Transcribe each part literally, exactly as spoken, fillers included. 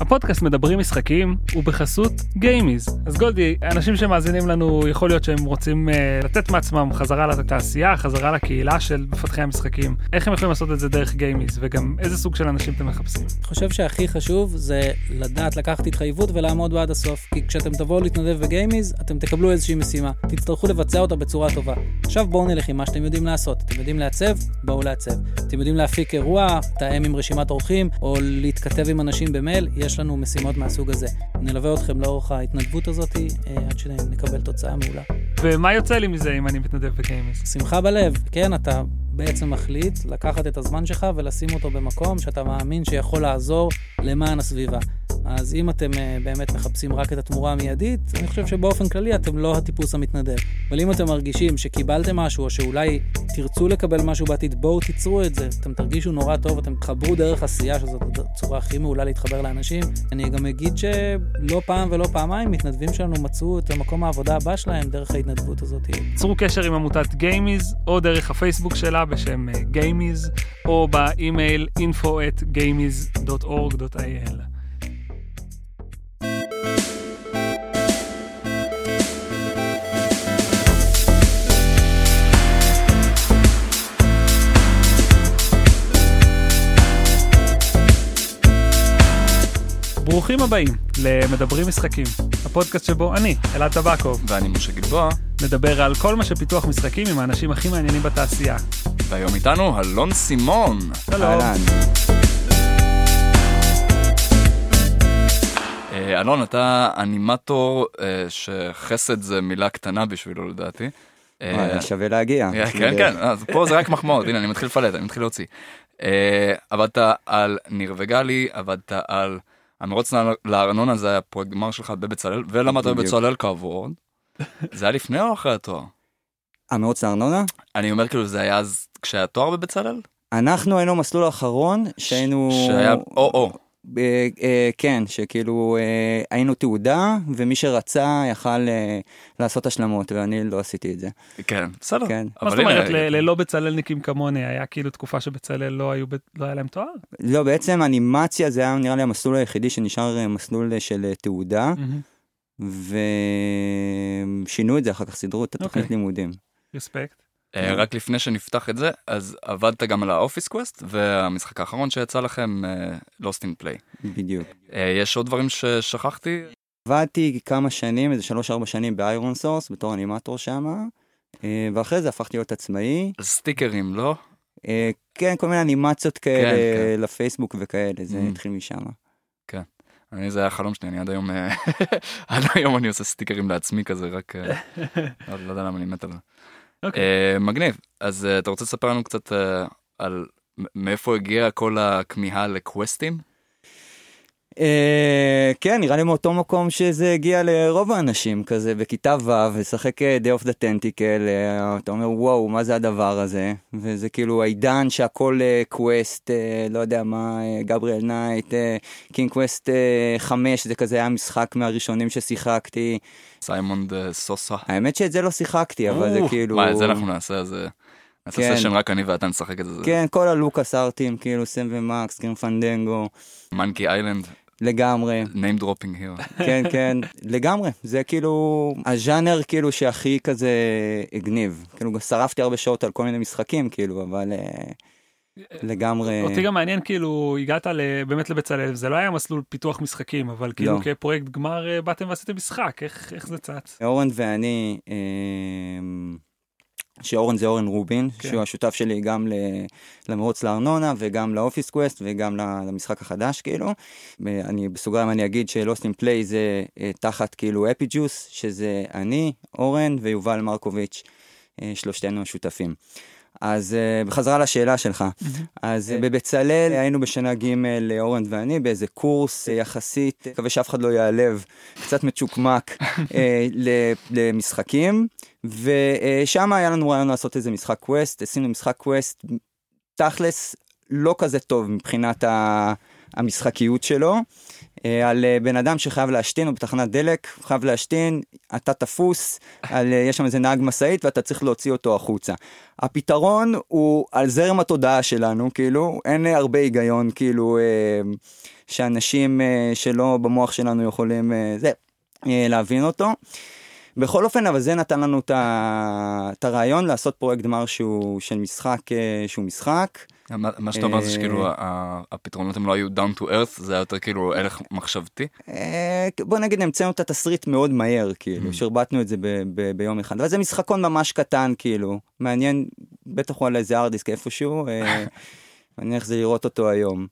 הפודקאסט מדברים משחקים ובחסות גיימיז. אז גולדי, אנשים שמאזינים לנו יכול להיות שהם רוצים uh, לתת מעצמם חזרה לתעשייה, חזרה לקהילה של מפתחי המשחקים. איך הם יכולים לעשות את זה דרך גיימיז, וגם איזה סוג של אנשים אתם מחפשים? אני חושב שהכי חשוב זה לדעת לקחת התחייבות ולעמוד בעד הסוף, כי כשאתם תבואו להתנדב בגיימיז, אתם תקבלו איזושהי משימה, תצטרכו לבצע אותה בצורה טובה. עכשיו בואו נלך עם מה שאתם יודעים לעשות. אתם יודעים לעצב? בואו לעצב. אתם יודעים להפיק אירוע, תאם עם רשימת אורחים, או להתכתב עם אנשים במייל, יש לנו משימות מהסוג הזה. נלווה אתכם לאורך ההתנדבות הזאת, עד שנקבל תוצאה מעולה. ומה יוצא לי מזה אם אני מתנדב בגיימיז? שמחה בלב. כן, אתה בעצם מחליט לקחת את הזמן שלך ולשים אותו במקום שאתה מאמין שיכול לעזור למען הסביבה. אז אם אתם באמת מחפשים רק את התמורה המיידית, אני חושב שבאופן כללי אתם לא הטיפוס המתנדב. אבל אם אתם מרגישים שקיבלתם משהו, או שאולי תרצו לקבל משהו בעתיד, בואו תיצרו את זה. אתם תרגישו נורא טוב, אתם תחברו דרך עשייה, שזאת הצורה הכי מעולה להתחבר לאנשים. אני גם אגיד שלא פעם ולא פעמיים, מתנדבים שלנו מצאו את המקום העבודה הבא שלהם דרך ההתנדבות הזאת. צרו קשר עם עמותת גיימיז, או דרך הפייסבוק שלה בשם גיימיז, או באימייל info at gamiz dot org dot i l. ברוכים הבאים למדברים משחקים, הפודקאסט שבו אני, אלעד טבקוב, ואני משה גלבוע, נדבר על כל מה שפיתוח משחקים עם האנשים הכי מעניינים בתעשייה. והיום איתנו אלון סימון. שלום. אלון, אתה אנימטור שחסד זה מילה קטנה בשבילו לדעתי. שווה להגיע. כן, כן, אז פה זה רק מחמאות, הנה אני מתחיל לפלט, אני מתחיל להוציא. עבדת על ניר וגלי, עבדת על המרוץ לארנונה, זה היה פרויקט גמר שלך בבצלאל, ולמדת בבצלאל כעבור. זה היה לפני או אחרי התואר? המרוץ לארנונה? אני אומר כאילו זה היה אז כשהיה תואר בבצלאל? אנחנו היינו מסלול האחרון שהיינו... שהיה או-או. כן, שכאילו היינו תעודה, ומי שרצה יכל לעשות השלמות, ואני לא עשיתי את זה. כן, בסדר. מה זאת אומרת, ללא בצללניקים כמוני, היה כאילו תקופה שבצלל לא היה להם תואר? לא, בעצם אנימציה זה היה נראה לי המסלול היחידי שנשאר מסלול של תעודה, ושינו את זה, אחר כך סידרו את התוכנית לימודים. רספקט. רק לפני שנפתח את זה, אז עבדת גם על האופיס קווסט, והמשחק האחרון שיצא לכם, Lost in Play. בדיוק. יש עוד דברים ששכחתי? עבדתי כמה שנים, איזה שלוש ארבע שנים באיירון סורס, בתור אנימטור שם, ואחרי זה הפכתי להיות עצמאי. סטיקרים, לא? כן, כל מיני אנימציות כאלה לפייסבוק וכאלה, זה התחיל משם. כן. אני, זה היה החלום שלי, אני עד היום, עד היום אני עושה סטיקרים לעצמי כזה, רק, לא יודע למה אני מת על זה. מגניב. אז אתה רוצה לספר לנו קצת על מאיפה הגיע כל הכמיהה לקווסטים? כן, נראה לי מאותו מקום שזה הגיע לרוב האנשים, כזה בכיתה ו' ושחק Day of the Tentacle, אתה אומר וואו, מה זה הדבר הזה? וזה כאילו העידן שהכל קווסט, לא יודע מה, גבריאל נייט, קינג קווסט חמש, זה כזה היה משחק מהראשונים ששיחקתי. סיימון דה סוסה. האמת שאת זה לא שיחקתי, אבל זה כאילו... מה, את זה אנחנו נעשה, אז נעשה סשן רק אני ואתה נשחק את זה. כן, כל הלוקאס ארטים, כאילו סם ומקס, גרין פנדנגו. מנקי איילנד. לגמרי. name dropping here. כן, כן, לגמרי. זה כאילו, הז'אנר כאילו שהכי כזה הגניב. כאילו, שרפתי הרבה שעות על כל מיני משחקים, כאילו, אבל לגמרי... אותי גם מעניין, כאילו, הגעת באמת לבצלאל, זה לא היה מסלול פיתוח משחקים, אבל כאילו כפרויקט גמר באתם ועשיתם משחק, איך זה צץ? אורן ואני... שאורן זה אורן רובין, כן. שהוא השותף שלי גם למרוץ לארנונה, וגם לאופיס קווסט, וגם למשחק החדש, כאילו. אני בסוגריים אני אגיד שלוסט אין פליי זה תחת כאילו אפי ג'וס, שזה אני, אורן ויובל מרקוביץ', שלושתנו השותפים. אז בחזרה לשאלה שלך, אז בבצלאל היינו בשנה ג' לאורן ואני באיזה קורס יחסית, מקווה שאף אחד לא יעלב, קצת מצ'וקמק למשחקים, ושם היה לנו רעיון לעשות איזה משחק קווסט, עשינו משחק קווסט תכלס לא כזה טוב מבחינת המשחקיות שלו, על בן אדם שחייב להשתין, או בתחנת דלק, חייב להשתין, אתה תפוס, על, יש שם איזה נהג מסעית, ואתה צריך להוציא אותו החוצה. הפתרון הוא על זרם התודעה שלנו, כאילו, אין הרבה היגיון, כאילו, שאנשים שלא במוח שלנו יכולים זה, להבין אותו. בכל אופן, אבל זה נתן לנו את הרעיון לעשות פרויקט גמר שהוא של משחק, שהוא משחק. מה שאתה אומר זה שכאילו הפתרונות הם לא היו down to earth, זה היה יותר כאילו ערך מחשבתי? בוא נגיד, נמצאנו את התסריט מאוד מהר, כאילו, שרבטנו את זה ביום אחד. אבל זה משחקון ממש קטן, כאילו, מעניין, בטח הוא על איזה ארדיסק איפשהו, אני איך זה לראות אותו היום.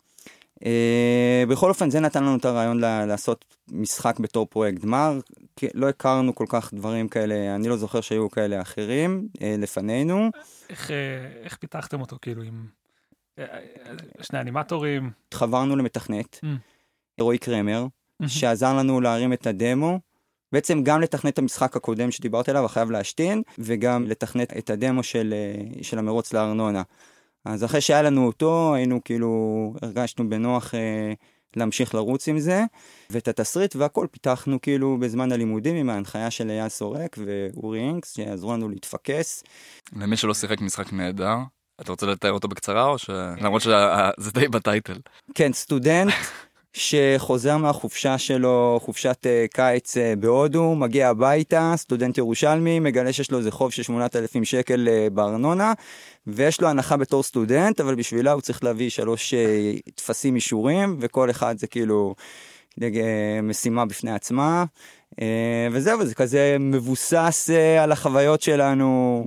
בכל אופן, זה נתן לנו את הרעיון לעשות משחק בתור פרויקט גמר, לא הכרנו כל כך דברים כאלה, אני לא זוכר שהיו כאלה אחרים לפנינו. איך פיתחתם אותו, כאילו, עם שני אנימטורים? חברנו למתכנת, רועי קרמר, שעזר לנו להרים את הדמו, בעצם גם לתכנת את המשחק הקודם שדיברת עליו, החייב להשתין, וגם לתכנת את הדמו של, של המרוץ לארנונה. אז אחרי שהיה לנו אותו, היינו כאילו, הרגשנו בנוח אה, להמשיך לרוץ עם זה, ואת התסריט והכל פיתחנו כאילו בזמן הלימודים עם ההנחיה של אייל סורק ואורי אינקס, שיעזרו לנו להתפקס. למי שלא שיחק משחק נהדר, אתה רוצה לתאר אותו בקצרה או ש... למרות שזה די בטייטל. כן, סטודנט שחוזר מהחופשה שלו, חופשת קיץ בהודו, מגיע הביתה, סטודנט ירושלמי, מגלה שיש לו איזה חוב של שמונת אלפים שקל בארנונה, ויש לו הנחה בתור סטודנט, אבל בשבילה הוא צריך להביא שלוש תפסים אישורים, וכל אחד זה כאילו משימה בפני עצמה, וזהו, זה כזה מבוסס על החוויות שלנו.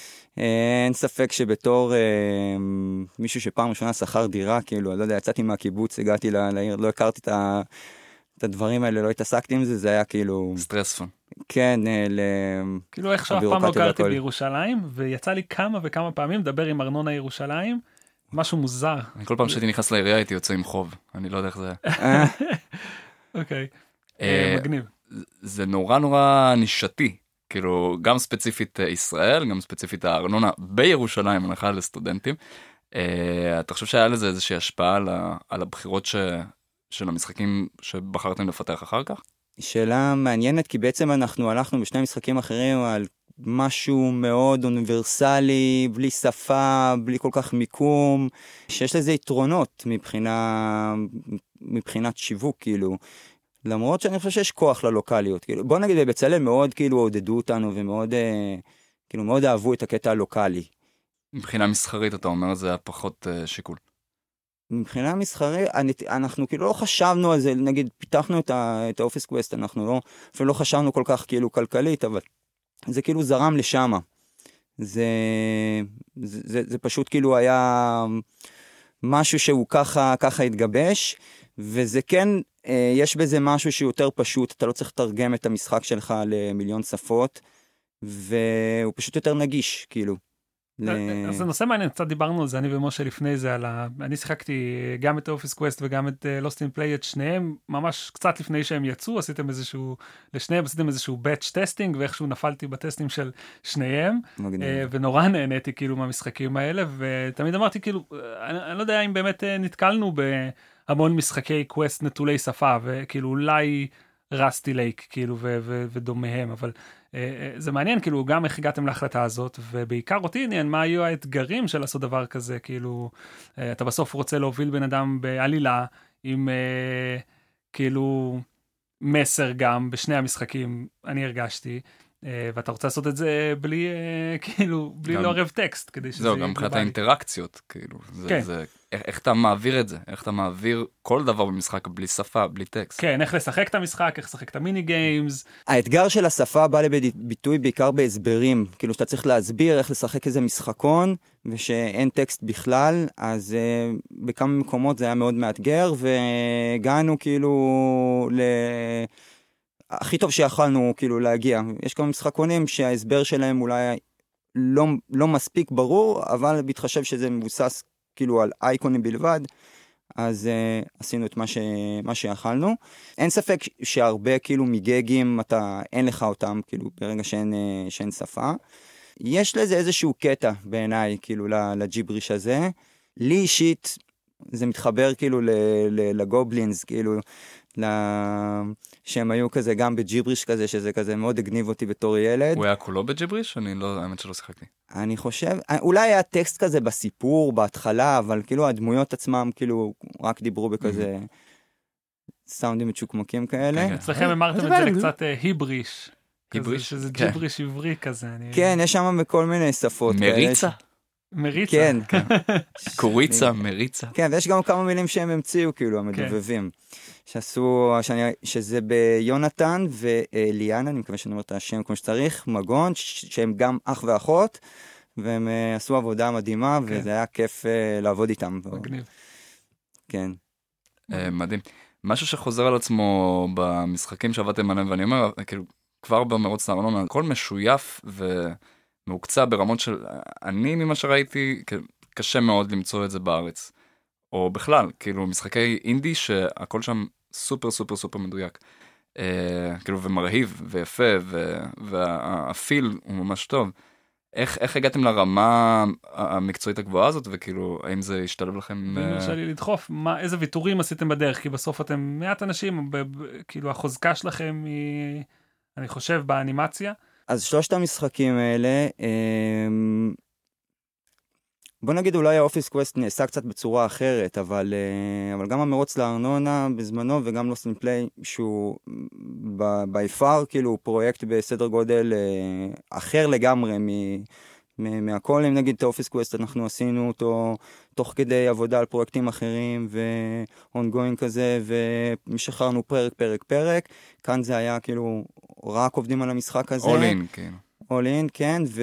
אין ספק שבתור אה, מישהו שפעם ראשונה שכר דירה, כאילו, אני לא יודע, יצאתי מהקיבוץ, הגעתי לעיר, לא הכרתי את, ה, את הדברים האלה, לא התעסקתי עם זה, זה היה כאילו... סטרספון. כן, ל... כאילו איך שאף פעם לא גרתי בירושלים, ויצא לי כמה וכמה פעמים לדבר עם ארנונה ירושלים, משהו מוזר. אני כל פעם שהייתי נכנס לעירייה הייתי יוצא עם חוב, אני לא יודע איך זה היה. אוקיי, מגניב. זה נורא נורא נישתי. כאילו, גם ספציפית ישראל, גם ספציפית הארנונה בירושלים, הנחה לסטודנטים. אתה חושב שהיה לזה איזושהי השפעה על הבחירות של המשחקים שבחרתם לפתח אחר כך? שאלה מעניינת, כי בעצם אנחנו הלכנו בשני משחקים אחרים על משהו מאוד אוניברסלי, בלי שפה, בלי כל כך מיקום, שיש לזה יתרונות מבחינה, מבחינת שיווק, כאילו. למרות שאני חושב שיש כוח ללוקליות. כאילו, בוא נגיד, בבצלאל מאוד כאילו עודדו אותנו ומאוד אה, כאילו מאוד אהבו את הקטע הלוקלי. מבחינה מסחרית אתה אומר זה היה פחות אה, שיקול. מבחינה מסחרית, אני, אנחנו כאילו לא חשבנו על זה, נגיד פיתחנו את, ה, את האופיס קווסט, אנחנו לא, אפילו לא חשבנו כל כך כאילו כלכלית, אבל זה כאילו זרם לשם. זה, זה, זה, זה פשוט כאילו היה משהו שהוא ככה, ככה התגבש, וזה כן, יש בזה משהו שהוא יותר פשוט, אתה לא צריך לתרגם את המשחק שלך למיליון שפות, והוא פשוט יותר נגיש, כאילו. אז זה נושא מעניין, קצת דיברנו על זה, אני ומשה לפני זה, על ה... אני שיחקתי גם את אופיס קווסט וגם את Lost in Play, את שניהם, ממש קצת לפני שהם יצאו, עשיתם איזשהו, לשניהם עשיתם איזשהו batch טסטינג, ואיכשהו נפלתי בטסטים של שניהם, ונורא נהניתי כאילו מהמשחקים האלה, ותמיד אמרתי כאילו, אני, אני לא יודע אם באמת נתקלנו בהמון משחקי קווסט נטולי שפה, וכאילו אולי רסטי לייק, כאילו, ו- ו- ודומיהם, אבל זה מעניין, כאילו, גם איך הגעתם להחלטה הזאת, ובעיקר אותי עניין, מה היו האתגרים של לעשות דבר כזה, כאילו, אתה בסוף רוצה להוביל בן אדם בעלילה, עם כאילו מסר גם בשני המשחקים, אני הרגשתי, ואתה רוצה לעשות את זה בלי, כאילו, בלי לערב טקסט, כדי שזה... זהו, גם מבחינת האינטראקציות, כאילו, זה, זה, איך, איך אתה מעביר את זה? איך אתה מעביר כל דבר במשחק בלי שפה, בלי טקסט? כן, איך לשחק את המשחק, איך לשחק את המיני גיימס. האתגר של השפה בא לביטוי בעיקר בהסברים, כאילו שאתה צריך להסביר איך לשחק איזה משחקון, ושאין טקסט בכלל, אז uh, בכמה מקומות זה היה מאוד מאתגר, והגענו כאילו ל... הכי טוב שיכולנו כאילו להגיע. יש כמה משחקונים שההסבר שלהם אולי לא, לא מספיק ברור, אבל בהתחשב שזה מבוסס כאילו על אייקונים בלבד, אז uh, עשינו את מה, ש, מה שיכולנו. אין ספק שהרבה כאילו מגגים, אתה, אין לך אותם כאילו ברגע שאין, uh, שאין שפה. יש לזה איזשהו קטע בעיניי כאילו לג'יבריש הזה. לי אישית זה מתחבר כאילו ל, ל, לגובלינס, כאילו שהם היו כזה גם בג'יבריש כזה, שזה כזה מאוד הגניב אותי בתור ילד. הוא היה כולו בג'יבריש? אני לא, האמת שלא שיחקתי. אני חושב, אולי היה טקסט כזה בסיפור, בהתחלה, אבל כאילו הדמויות עצמם כאילו רק דיברו בכזה סאונדים מצ'וקמקים כאלה. אצלכם אמרתם את זה לקצת היבריש. היבריש? שזה ג'יבריש עברי כזה. כן, יש שם בכל מיני שפות. מריצה? מריצה. כן. קוריצה, מריצה. כן, ויש גם כמה מילים שהם המציאו, כאילו, המדובבים. שעשו, שזה ביונתן וליאנה, אני מקווה שאני אומר את השם כמו שצריך, מגון, שהם גם אח ואחות, והם עשו עבודה מדהימה, וזה היה כיף לעבוד איתם. מגניב. כן. מדהים. משהו שחוזר על עצמו במשחקים שעבדתם עליהם, ואני אומר, כאילו, כבר במרוץ לארנונה, הכל משויף ומעוקצה ברמות של, אני ממה שראיתי, קשה מאוד למצוא את זה בארץ. או בכלל, כאילו, משחקי אינדי שהכל שם סופר סופר סופר מדויק. אה, כאילו, ומרהיב ויפה, ו, והפיל הוא ממש טוב. איך, איך הגעתם לרמה המקצועית הגבוהה הזאת, וכאילו, האם זה השתלב לכם? אני רוצה לי לדחוף, מה, איזה ויתורים עשיתם בדרך? כי בסוף אתם מעט אנשים, ב, ב, כאילו, החוזקה שלכם היא, אני חושב, באנימציה. אז שלושת המשחקים האלה, אה, בוא נגיד אולי האופיס קווסט נעשה קצת בצורה אחרת, אבל, אבל גם המרוץ לארנונה בזמנו וגם לוסט אין פליי, שהוא by far כאילו פרויקט בסדר גודל אחר לגמרי מ, מ, מהכל. אם נגיד את האופיס קווסט אנחנו עשינו אותו תוך כדי עבודה על פרויקטים אחרים ו-ongoing כזה, ומשחררנו פרק פרק פרק. כאן זה היה כאילו רק עובדים על המשחק הזה. all in, כן. all in, כן, ו...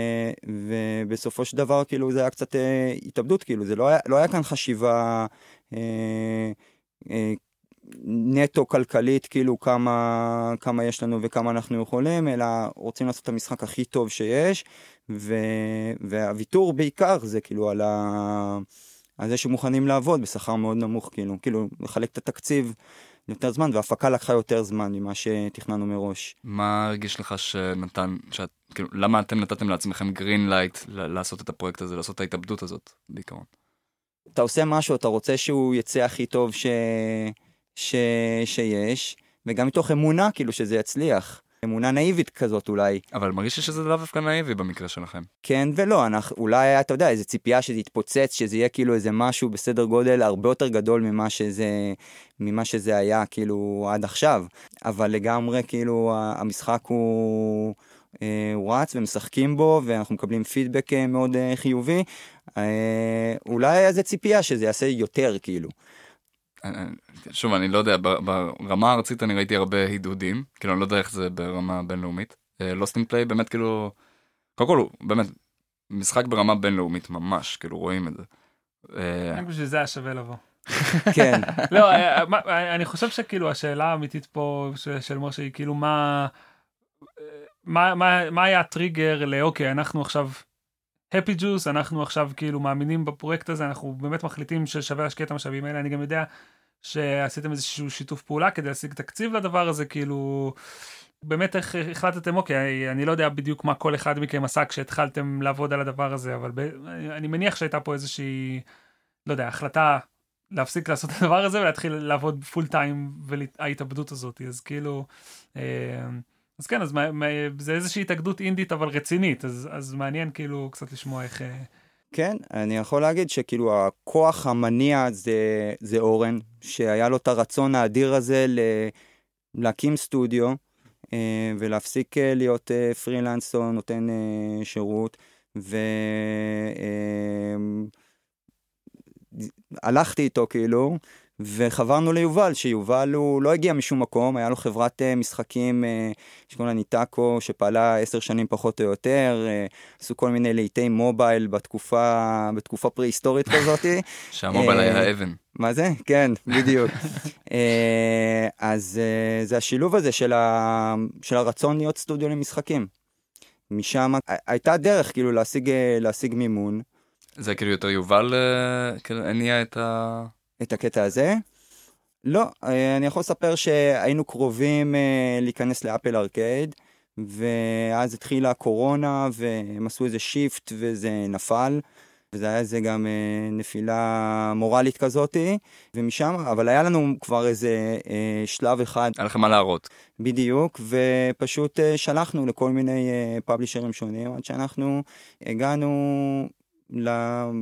ובסופו של דבר, כאילו, זה היה קצת אה, התאבדות, כאילו, זה לא היה, לא היה כאן חשיבה אה, אה, נטו כלכלית, כאילו, כמה, כמה יש לנו וכמה אנחנו יכולים, אלא רוצים לעשות את המשחק הכי טוב שיש, ו... והוויתור בעיקר זה, כאילו, על, ה... על זה שמוכנים לעבוד בשכר מאוד נמוך, כאילו, כאילו, לחלק את התקציב יותר זמן, וההפקה לקחה יותר זמן ממה שתכננו מראש. מה הרגיש לך שנתן, שאת, כאילו, למה אתם נתתם לעצמכם גרין לייט לעשות את הפרויקט הזה, לעשות את ההתאבדות הזאת, בעיקרון? אתה עושה משהו, אתה רוצה שהוא יצא הכי טוב ש... ש... שיש, וגם מתוך אמונה, כאילו, שזה יצליח. אמונה נאיבית כזאת אולי. אבל מרגיש שזה לאו דווקא נאיבי במקרה שלכם. כן ולא, אנחנו, אולי אתה יודע, איזו ציפייה שזה יתפוצץ, שזה יהיה כאילו איזה משהו בסדר גודל הרבה יותר גדול ממה שזה, ממה שזה היה כאילו עד עכשיו. אבל לגמרי כאילו המשחק הוא, הוא רץ ומשחקים בו, ואנחנו מקבלים פידבק מאוד חיובי. אולי איזו ציפייה שזה יעשה יותר כאילו. שוב, אני לא יודע, ברמה הארצית אני ראיתי הרבה הידודים, כאילו אני לא יודע איך זה ברמה בינלאומית. לוסט אין פליי באמת כאילו, קודם כל הוא באמת משחק ברמה בינלאומית ממש, כאילו רואים את זה. רק בשביל זה היה שווה לבוא. כן. לא, אני חושב שכאילו השאלה האמיתית פה של משה היא כאילו מה, מה היה הטריגר לאוקיי, אנחנו עכשיו Happy Juice, אנחנו עכשיו כאילו מאמינים בפרויקט הזה, אנחנו באמת מחליטים ששווה להשקיע את המשאבים האלה. אני גם יודע שעשיתם איזשהו שיתוף פעולה כדי להשיג תקציב לדבר הזה, כאילו באמת איך החלטתם, אוקיי, אני לא יודע בדיוק מה כל אחד מכם עשה כשהתחלתם לעבוד על הדבר הזה, אבל אני מניח שהייתה פה איזושהי, לא יודע, החלטה להפסיק לעשות את הדבר הזה ולהתחיל לעבוד פול טיים וההתאבדות הזאת, אז כאילו אז כן, אז זה איזושהי התאגדות אינדית אבל רצינית, אז, אז מעניין כאילו קצת לשמוע איך... כן, אני יכול להגיד שכאילו הכוח המניע זה, זה אורן, שהיה לו את הרצון האדיר הזה ל... להקים סטודיו, ולהפסיק להיות פרילנס או נותן שירות, והלכתי איתו כאילו, וחברנו ליובל, שיובל הוא לא הגיע משום מקום, היה לו חברת משחקים שקוראים לה ניטאקו, שפעלה עשר שנים פחות או יותר, עשו כל מיני לעיתי מובייל בתקופה, בתקופה פרה-היסטורית כזאת. שהמובייל היה אבן. מה זה? כן, בדיוק. אז זה השילוב הזה של, ה... של הרצון להיות סטודיו למשחקים. משם הייתה דרך כאילו להשיג, להשיג מימון. זה כאילו יותר יובל הניע את ה... את הקטע הזה? לא, אני יכול לספר שהיינו קרובים להיכנס לאפל ארקייד, ואז התחילה הקורונה, והם עשו איזה שיפט, וזה נפל, וזה היה איזה גם נפילה מורלית כזאת, ומשם, אבל היה לנו כבר איזה שלב אחד. היה לכם מה להראות. בדיוק, ופשוט שלחנו לכל מיני פאבלישרים שונים, עד שאנחנו הגענו ל...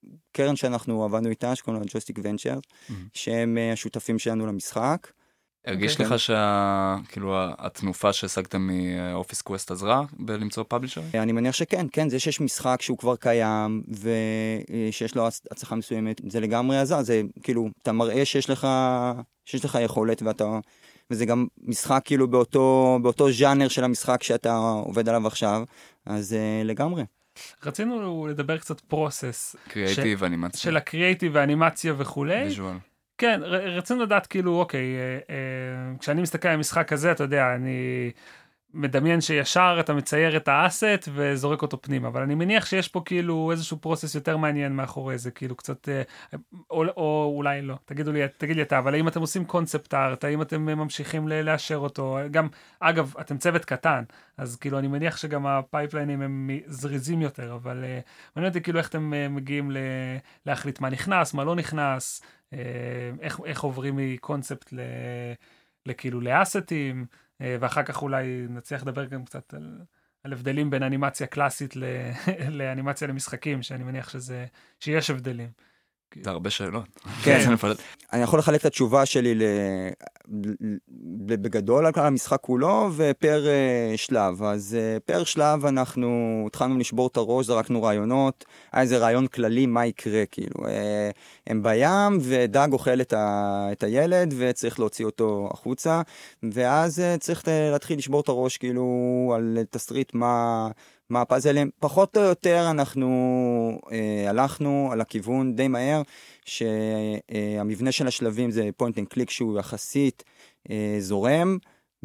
קרן שאנחנו עבדנו איתה, שקוראים לה ג'ויסטיק ונצ'ר, שהם השותפים שלנו למשחק. הרגיש לך שכאילו התנופה שהשגתם מאופיס קווסט עזרה בלמצוא פאבלישר? אני מניח שכן, כן, זה שיש משחק שהוא כבר קיים ושיש לו הצלחה מסוימת, זה לגמרי עזר, זה כאילו, אתה מראה שיש לך, שיש לך יכולת ואתה, וזה גם משחק כאילו באותו, באותו ז'אנר של המשחק שאתה עובד עליו עכשיו, אז לגמרי. רצינו לדבר קצת פרוסס. קריאייטיב ואנימציה. של הקריאייטיב ואנימציה וכולי. ויז'ואל. כן, רצינו לדעת כאילו, אוקיי, אה, אה, כשאני מסתכל על המשחק הזה, אתה יודע, אני מדמיין שישר אתה מצייר את האסט וזורק אותו פנימה, אבל אני מניח שיש פה כאילו איזשהו פרוסס יותר מעניין מאחורי זה, כאילו קצת, אה, או, או אולי לא, תגידו לי, תגיד לי אתה, אבל האם אתם עושים קונספט ארט, האם אתם ממשיכים לאשר אותו, גם, אגב, אתם צוות קטן, אז כאילו אני מניח שגם הפייפליינים הם זריזים יותר, אבל אה, מעניין אותי כאילו איך אתם אה, מגיעים ל- להחליט מה נכנס, מה לא נכנס, איך, איך עוברים מקונספט ל, לכאילו לאסטים, ואחר כך אולי נצליח לדבר גם קצת על, על הבדלים בין אנימציה קלאסית ל, לאנימציה למשחקים, שאני מניח שזה, שיש הבדלים. זה הרבה שאלות. כן, אני יכול לחלק את התשובה שלי בגדול על המשחק כולו, ופר שלב. אז פר שלב אנחנו התחלנו לשבור את הראש, זרקנו רעיונות, היה איזה רעיון כללי מה יקרה, כאילו. הם בים, ודג אוכל את הילד, וצריך להוציא אותו החוצה, ואז צריך להתחיל לשבור את הראש, כאילו, על תסריט מה... מה הפאזלים, פחות או יותר אנחנו אה, הלכנו על הכיוון די מהר, שהמבנה של השלבים זה point and click שהוא יחסית אה, זורם,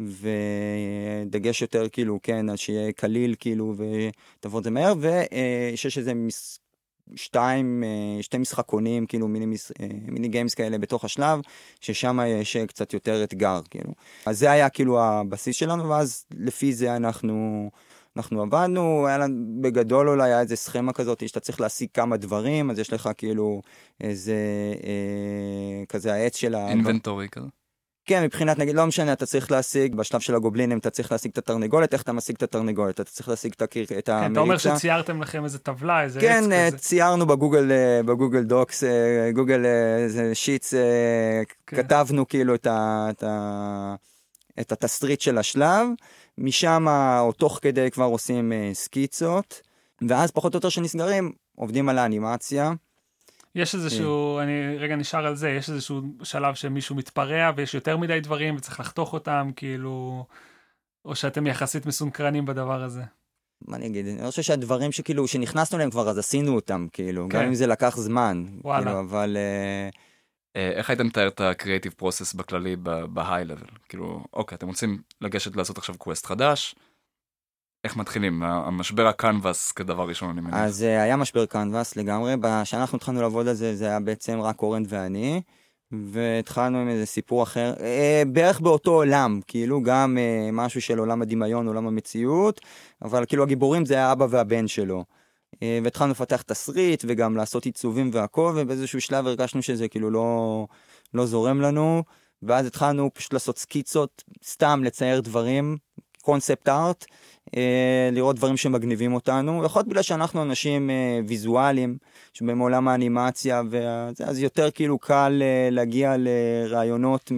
ודגש יותר כאילו, כן, אז שיהיה קליל כאילו, ותבוא את זה מהר, ושיש איזה מס... שתיים, שתי משחקונים, כאילו מיני, מס... מיני גיימס כאלה בתוך השלב, ששם יש קצת יותר אתגר, כאילו. אז זה היה כאילו הבסיס שלנו, ואז לפי זה אנחנו... אנחנו עבדנו, היה לנו בגדול אולי היה איזה סכמה כזאת, שאתה צריך להשיג כמה דברים, אז יש לך כאילו איזה, אה, כזה העץ של ה... אינבנטורי כזה? כן, מבחינת, נגיד, לא משנה, אתה צריך להשיג, בשלב של הגובלינים, אתה צריך להשיג את התרנגולת, איך אתה משיג את התרנגולת? אתה צריך להשיג את המריצה. כן, אתה אומר שציירתם לכם איזה טבלה, איזה כן, עץ כזה. כן, ציירנו בגוגל, בגוגל דוקס, גוגל, איזה שיטס, כן. כתבנו כאילו את, ה, את, ה, את התסריט של השלב, משם, או תוך כדי כבר עושים uh, סקיצות, ואז פחות או יותר שנסגרים, עובדים על האנימציה. יש איזשהו, אני רגע נשאר על זה, יש איזשהו שלב שמישהו מתפרע, ויש יותר מדי דברים, וצריך לחתוך אותם, כאילו, או שאתם יחסית מסונקרנים בדבר הזה. מה אני אגיד? אני חושב שהדברים שכאילו, שנכנסנו להם כבר, אז עשינו אותם, כאילו, כן. גם אם זה לקח זמן. וואלה. כאילו, אבל... Uh, איך הייתם מתאר את הקריאיטיב פרוסס בכללי בהיי לבל? כאילו, אוקיי, אתם רוצים לגשת לעשות עכשיו קווסט חדש, איך מתחילים? המשבר הקנבס כדבר ראשון, אני מניח. אז היה משבר קנבס לגמרי, כשאנחנו התחלנו לעבוד על זה, זה היה בעצם רק אורן ואני, והתחלנו עם איזה סיפור אחר, בערך באותו עולם, כאילו גם משהו של עולם הדמיון, עולם המציאות, אבל כאילו הגיבורים זה האבא והבן שלו. והתחלנו לפתח תסריט וגם לעשות עיצובים והכל, ובאיזשהו שלב הרגשנו שזה כאילו לא, לא זורם לנו, ואז התחלנו פשוט לעשות סקיצות, סתם לצייר דברים, קונספט ארט, לראות דברים שמגניבים אותנו, יכול להיות בגלל שאנחנו אנשים ויזואליים, שבעולם האנימציה, אז יותר כאילו קל להגיע לרעיונות מ...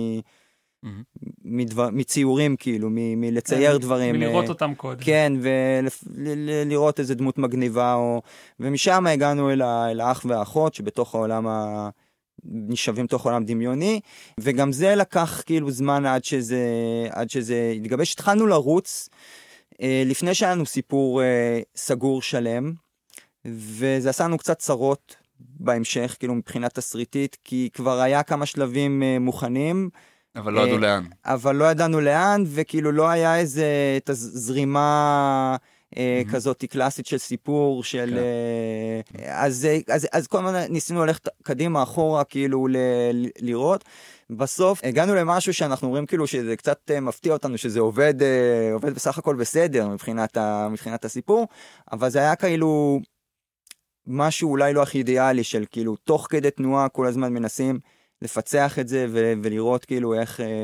מדבר, מציורים כאילו, מ, מלצייר דברים. מלראות אותם קודם. כן, ולראות איזה דמות מגניבה, או, ומשם הגענו אל, אל האח והאחות, שבתוך העולם ה... נשאבים תוך עולם דמיוני, וגם זה לקח כאילו זמן עד שזה, עד שזה התגבש. התחלנו לרוץ, לפני שהיה לנו סיפור סגור שלם, וזה עשה לנו קצת צרות בהמשך, כאילו מבחינת תסריטית, כי כבר היה כמה שלבים מוכנים, אבל לא ידעו לאן. אבל לא ידענו לאן, וכאילו לא היה איזה זרימה כזאת קלאסית של סיפור, של... אז כל הזמן ניסינו ללכת קדימה, אחורה, כאילו לראות. בסוף הגענו למשהו שאנחנו אומרים כאילו שזה קצת מפתיע אותנו, שזה עובד, עובד בסך הכל בסדר מבחינת הסיפור, אבל זה היה כאילו משהו אולי לא הכי אידיאלי, של כאילו תוך כדי תנועה כל הזמן מנסים לפצח את זה ו- ולראות כאילו איך,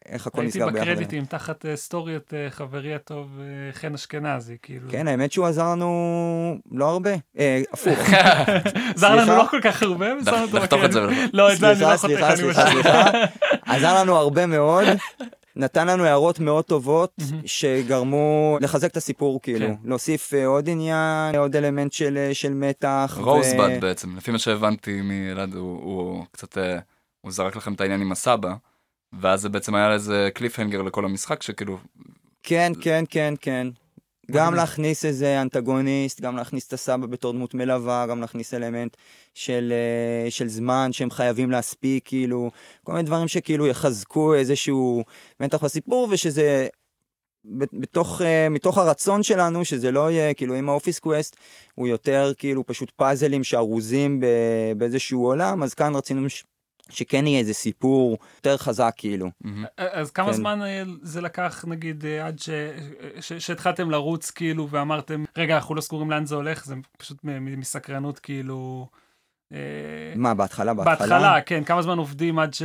איך הכל נסגר ביחד. הייתי בקרדיטים, תחת סטוריות חברי הטוב חן אשכנזי, כאילו. כן, האמת שהוא עזר לנו לא הרבה, הפוך. עזר לנו לא כל כך הרבה, דחתוך את זה. לא, את זה אני לא חותך, סליחה, אני סליחה, סליחה. עזר לנו הרבה מאוד, נתן לנו הערות מאוד טובות, שגרמו לחזק את הסיפור, כאילו. להוסיף עוד עניין, עוד אלמנט של מתח. רוזבד בעצם, לפי מה שהבנתי מילד, הוא קצת, הוא זרק לכם את העניין עם הסבא, ואז זה בעצם היה איזה קליפהנגר לכל המשחק, שכאילו... כן, כן, כן, כן. גם להכניס איזה אנטגוניסט, גם להכניס את הסבא בתור דמות מלווה, גם להכניס אלמנט של, של זמן שהם חייבים להספיק, כאילו, כל מיני דברים שכאילו יחזקו איזשהו מתח בסיפור, ושזה בתוך, מתוך הרצון שלנו, שזה לא יהיה, כאילו, אם האופיס קווסט הוא יותר כאילו פשוט פאזלים שארוזים באיזשהו עולם, אז כאן רצינו שכן יהיה איזה סיפור יותר חזק, כאילו. אז כמה זמן זה לקח, נגיד, עד שהתחלתם לרוץ, כאילו, ואמרתם, רגע, אנחנו לא סגורים לאן זה הולך, זה פשוט מסקרנות, כאילו... מה, בהתחלה? בהתחלה, כן. כמה זמן עובדים עד ש...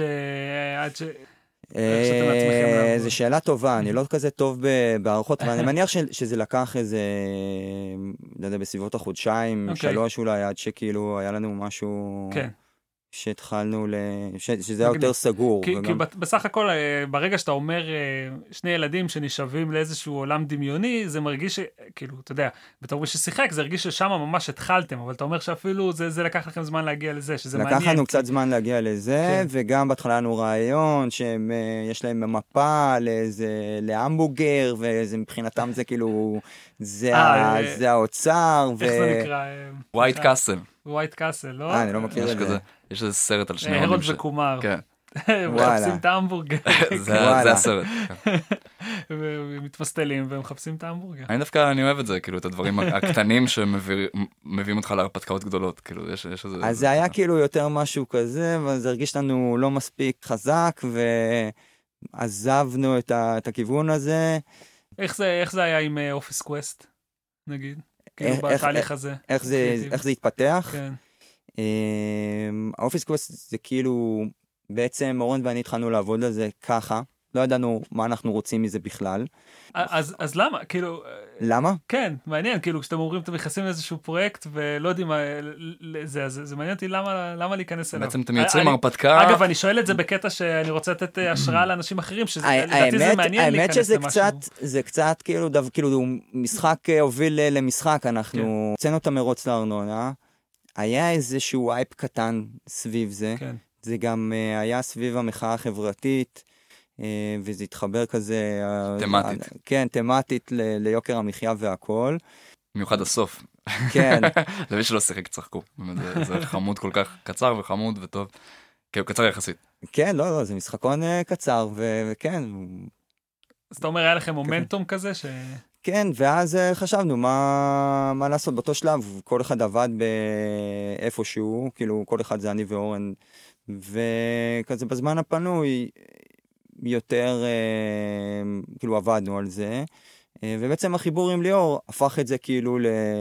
זו שאלה טובה, אני לא כזה טוב בערכות, אבל אני מניח שזה לקח איזה, לא יודע, בסביבות החודשיים, שלוש אולי, עד שכאילו היה לנו משהו... כן. שהתחלנו, שזה היה יותר סגור. כי בסך הכל, ברגע שאתה אומר שני ילדים שנשאבים לאיזשהו עולם דמיוני, זה מרגיש, כאילו, אתה יודע, בתור מי ששיחק, זה הרגיש ששם ממש התחלתם, אבל אתה אומר שאפילו זה לקח לכם זמן להגיע לזה, שזה מעניין. לקח לנו קצת זמן להגיע לזה, וגם בהתחלה לנו רעיון, שיש להם מפה להמבורגר, ומבחינתם זה כאילו, זה האוצר. איך זה נקרא? ווייט קאסל. ווייט קאסל, לא? אה, אני לא מכיר את זה. יש איזה סרט על שני הודים. הרולד וקומר. כן. מחפשים את ההמבורגר. זה הסרט. ומתפסטלים ומחפשים את ההמבורגר. אני דווקא, אני אוהב את זה, כאילו, את הדברים הקטנים שמביאים אותך להרפתקאות גדולות, כאילו, יש איזה... אז זה היה כאילו יותר משהו כזה, וזה הרגיש לנו לא מספיק חזק, ועזבנו את הכיוון הזה. איך זה היה עם אופיס קווסט, נגיד? כאילו, בתהליך הזה. איך זה התפתח? כן. האופיס קווסט זה כאילו, בעצם אורן ואני התחלנו לעבוד על זה ככה, לא ידענו מה אנחנו רוצים מזה בכלל. אז, אז למה? כאילו... למה? כן, מעניין, כאילו כשאתם אומרים, אתם נכנסים לאיזשהו פרויקט ולא יודעים מה... זה, זה, זה מעניין אותי למה, למה להיכנס אליו. בעצם אתם יוצרים הרפתקה... אגב, אני שואל את זה בקטע שאני רוצה לתת השראה לאנשים אחרים, שלדעתי זה מעניין להיכנס למשהו. האמת שזה קצת, זה קצת כאילו, דו, כאילו משחק הוביל למשחק, אנחנו הוצאנו את המרוץ לארנונה, היה איזשהו אייפ קטן סביב זה, כן. זה גם היה סביב המחאה החברתית, וזה התחבר כזה... תמטית. כן, תמטית ל- ליוקר המחיה והכל. מיוחד הסוף. כן. למי שלא שיחק צחקו. זה, זה חמוד כל כך קצר וחמוד וטוב. כאילו קצר יחסית. כן, לא, לא, זה משחקון קצר, ו- וכן. אז אתה אומר, היה לכם מומנטום כזה ש... כן, ואז חשבנו מה, מה לעשות באותו שלב. כל אחד עבד באיפשהו, כאילו כל אחד זה אני ואורן, וכזה בזמן הפנוי יותר, כאילו עבדנו על זה, ובעצם החיבור עם ליאור הפך את זה כאילו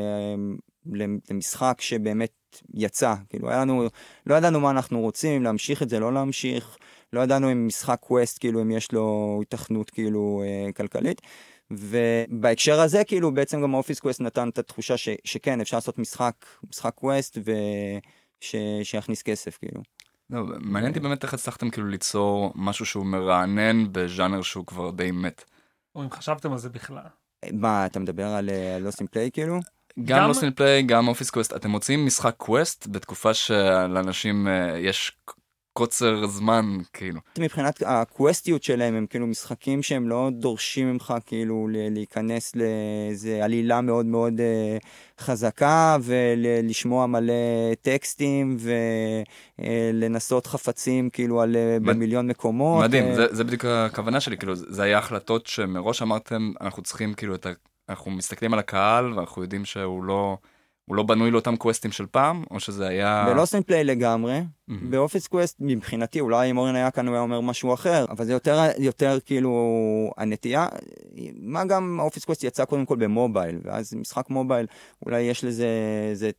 למשחק שבאמת יצא, כאילו היה לנו, לא ידענו מה אנחנו רוצים, להמשיך את זה, לא להמשיך, לא ידענו אם משחק קווסט, כאילו אם יש לו התכנות כאילו כלכלית, ובהקשר הזה כאילו בעצם גם האופיס קווסט נתן את התחושה ש, שכן אפשר לעשות משחק, משחק קווסט ושיכניס כסף כאילו. לא, מעניין אותי באמת איך הצלחתם כאילו ליצור משהו שהוא מרענן בז'אנר שהוא כבר די מת. או אם חשבתם על זה בכלל. מה, אתה מדבר על לוסט אין פליי כאילו? גם לוסט אין פליי, גם אופיס קווסט. אתם מוצאים משחק קווסט בתקופה שלאנשים יש קוצר זמן כאילו. מבחינת הקווסטיות שלהם הם כאילו משחקים שהם לא דורשים ממך כאילו להיכנס לאיזה עלילה מאוד מאוד חזקה ולשמוע מלא טקסטים ולנסות חפצים כאילו על במיליון מקומות. מדהים, זה, זה בדיוק הכוונה שלי, כאילו זה היה החלטות שמראש אמרתם אנחנו צריכים כאילו את ה... אנחנו מסתכלים על הקהל ואנחנו יודעים שהוא לא... הוא לא בנוי לאותם קווסטים של פעם, או שזה היה... בלוסט אין פליי לגמרי, mm-hmm. באופיס קווסט מבחינתי, אולי אם אורן היה כאן הוא היה אומר משהו אחר, אבל זה יותר, יותר כאילו הנטייה, מה גם האופיס קווסט יצא קודם כל במובייל, ואז משחק מובייל, אולי יש לזה, זה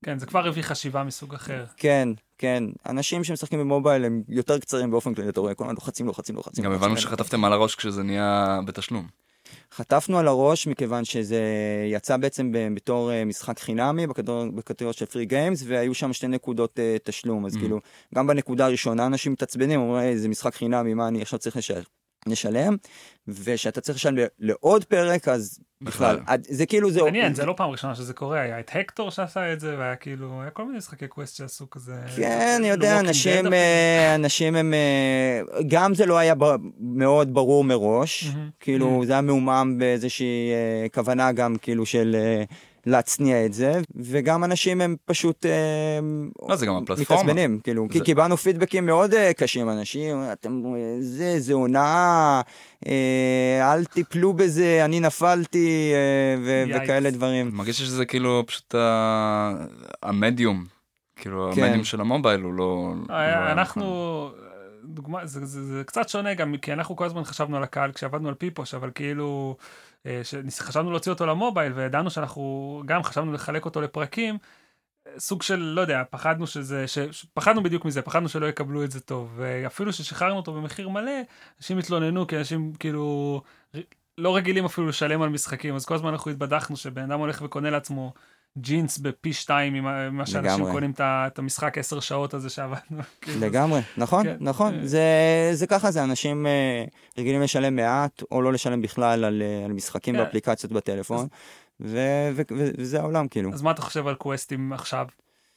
כן, זה כבר הביא חשיבה מסוג אחר. כן, כן. אנשים שמשחקים במובייל הם יותר קצרים באופן כללי, אתה רואה, כל הזמן לוחצים, לוחצים, לוחצים. גם הבנו שחטפתם על הראש כשזה נהיה בתשלום. חטפנו על הראש מכיוון שזה יצא בעצם בתור משחק חינמי בקטגוריה של פרי גיימס, והיו שם שתי נקודות תשלום, אז כאילו, גם בנקודה הראשונה אנשים מתעצבנים, אומרים, זה משחק חינמי, מה אני עכשיו צריך לשלם, ושאתה צריך לשלם לעוד פרק, אז בכלל, זה כאילו זה... מעניין, זה לא פעם ראשונה שזה קורה, היה את הקטור שעשה את זה, והיה כאילו, היה כל מיני משחקי קווסט שעשו כזה... כן, אני יודע, אנשים, אנשים הם... גם זה לא היה מאוד ברור מראש, כאילו, זה היה מאומם באיזושהי כוונה גם כאילו של... להצניע את זה, וגם אנשים הם פשוט לא, זה גם הפלטפורמה. מתעצבנים, כאילו, כי קיבלנו פידבקים מאוד קשים, אנשים, אתם, זה, זה עונה, אל תיפלו בזה, אני נפלתי, וכאלה דברים. מרגיש שזה כאילו פשוט המדיום, כאילו המדיום של המובייל הוא לא... אנחנו, דוגמה, זה קצת שונה גם, כי אנחנו כל הזמן חשבנו על הקהל כשעבדנו על פיפוש, אבל כאילו... שחשבנו להוציא אותו למובייל, וידענו שאנחנו גם חשבנו לחלק אותו לפרקים, סוג של, לא יודע, פחדנו שזה, פחדנו בדיוק מזה, פחדנו שלא יקבלו את זה טוב, ואפילו ששחררנו אותו במחיר מלא, אנשים התלוננו, כי אנשים כאילו לא רגילים אפילו לשלם על משחקים, אז כל הזמן אנחנו התבדחנו שבן אדם הולך וקונה לעצמו ג'ינס בפי שתיים ממה שאנשים קונים את המשחק עשר שעות הזה שעבדנו. לגמרי, נכון, נכון. זה ככה, זה אנשים רגילים לשלם מעט, או לא לשלם בכלל על משחקים ואפליקציות בטלפון, וזה העולם כאילו. אז מה אתה חושב על קווסטים עכשיו?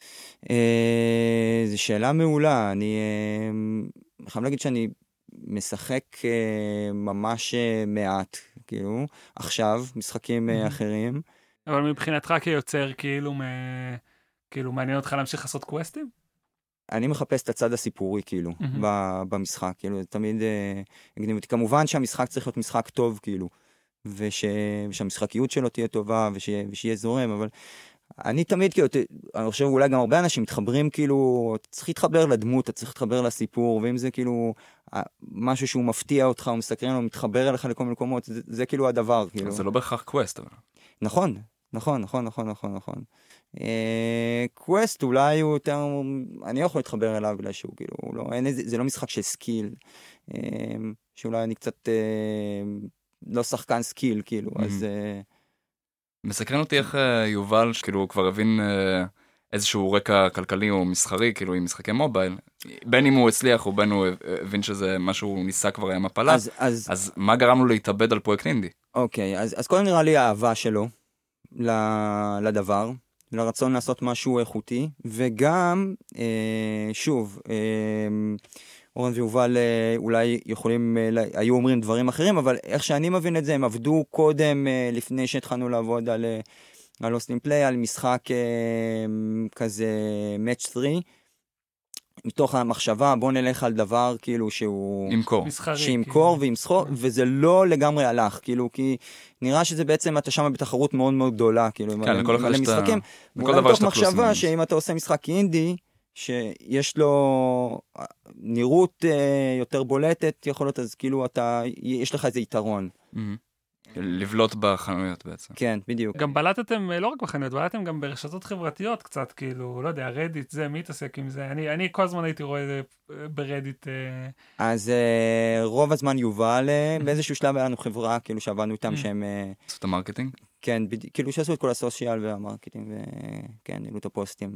זו שאלה מעולה. אני חייב להגיד שאני משחק ממש מעט, כאילו, עכשיו, משחקים אחרים. אבל מבחינתך כיוצר, כאילו, כאילו מעניין אותך להמשיך לעשות קווסטים? אני מחפש את הצד הסיפורי, כאילו, במשחק, כאילו, תמיד, כמובן שהמשחק צריך להיות משחק טוב, כאילו, ושהמשחקיות שלו תהיה טובה, ושיהיה זורם, אבל אני תמיד, כאילו, אני חושב, אולי גם הרבה אנשים מתחברים, כאילו, צריך להתחבר לדמות, אתה צריך להתחבר לסיפור, ואם זה, כאילו, משהו שהוא מפתיע אותך, הוא מסתכרן, הוא מתחבר אליך לכל מקומות, זה, זה כאילו הדבר, כאילו. זה לא בהכרח קווסט, אבל. נכון. נכון, נכון, נכון, נכון, נכון. קווסט אולי הוא יותר, אני לא יכול להתחבר אליו בגלל שהוא כאילו, לא, אין, זה לא משחק של סקיל, שאולי אני קצת לא שחקן סקיל, כאילו, אז... מסקרן אותי איך יובל, כאילו, הוא כבר הבין איזשהו רקע כלכלי או מסחרי, כאילו, עם משחקי מובייל, בין אם הוא הצליח או בין הוא הבין שזה משהו הוא ניסה כבר עם הפלה, אז, אז... אז מה גרם לו להתאבד על פרויקט אינדי? אוקיי, אז, אז קודם נראה לי האהבה שלו לדבר, לרצון לעשות משהו איכותי, וגם, אה, שוב, אה, אורן ויובל אה, אולי יכולים, אה, היו אומרים דברים אחרים, אבל איך שאני מבין את זה, הם עבדו קודם, אה, לפני שהתחלנו לעבוד על, אה, על Lost in Play, על משחק אה, כזה Match שלוש, מתוך המחשבה, בוא נלך על דבר כאילו שהוא... ימכור. מסחרי. שימכור כאילו. וימסחור, וזה לא לגמרי הלך, כאילו, כי נראה שזה בעצם, אתה שם בתחרות מאוד מאוד גדולה, כאילו, כן, לכל אחד שאתה... לכל דבר שאתה פלוס מחשבה שאם אתה עושה משחק אינדי, שיש לו נראות יותר בולטת, יכול להיות, אז כאילו, אתה, יש לך איזה יתרון. לבלוט בחנויות בעצם. כן, בדיוק. גם בלטתם, לא רק בחנויות, בלטתם גם ברשתות חברתיות קצת, כאילו, לא יודע, רדיט, זה, מי התעסק עם זה? אני, אני כל הזמן הייתי רואה את זה ברדיט. אז רוב הזמן יובל, באיזשהו שלב היה לנו חברה, כאילו, שעבדנו איתם שהם... עשו את המרקטינג? כן, כאילו, שעשו את כל הסושיאל והמרקטינג, וכן, העלו את הפוסטים.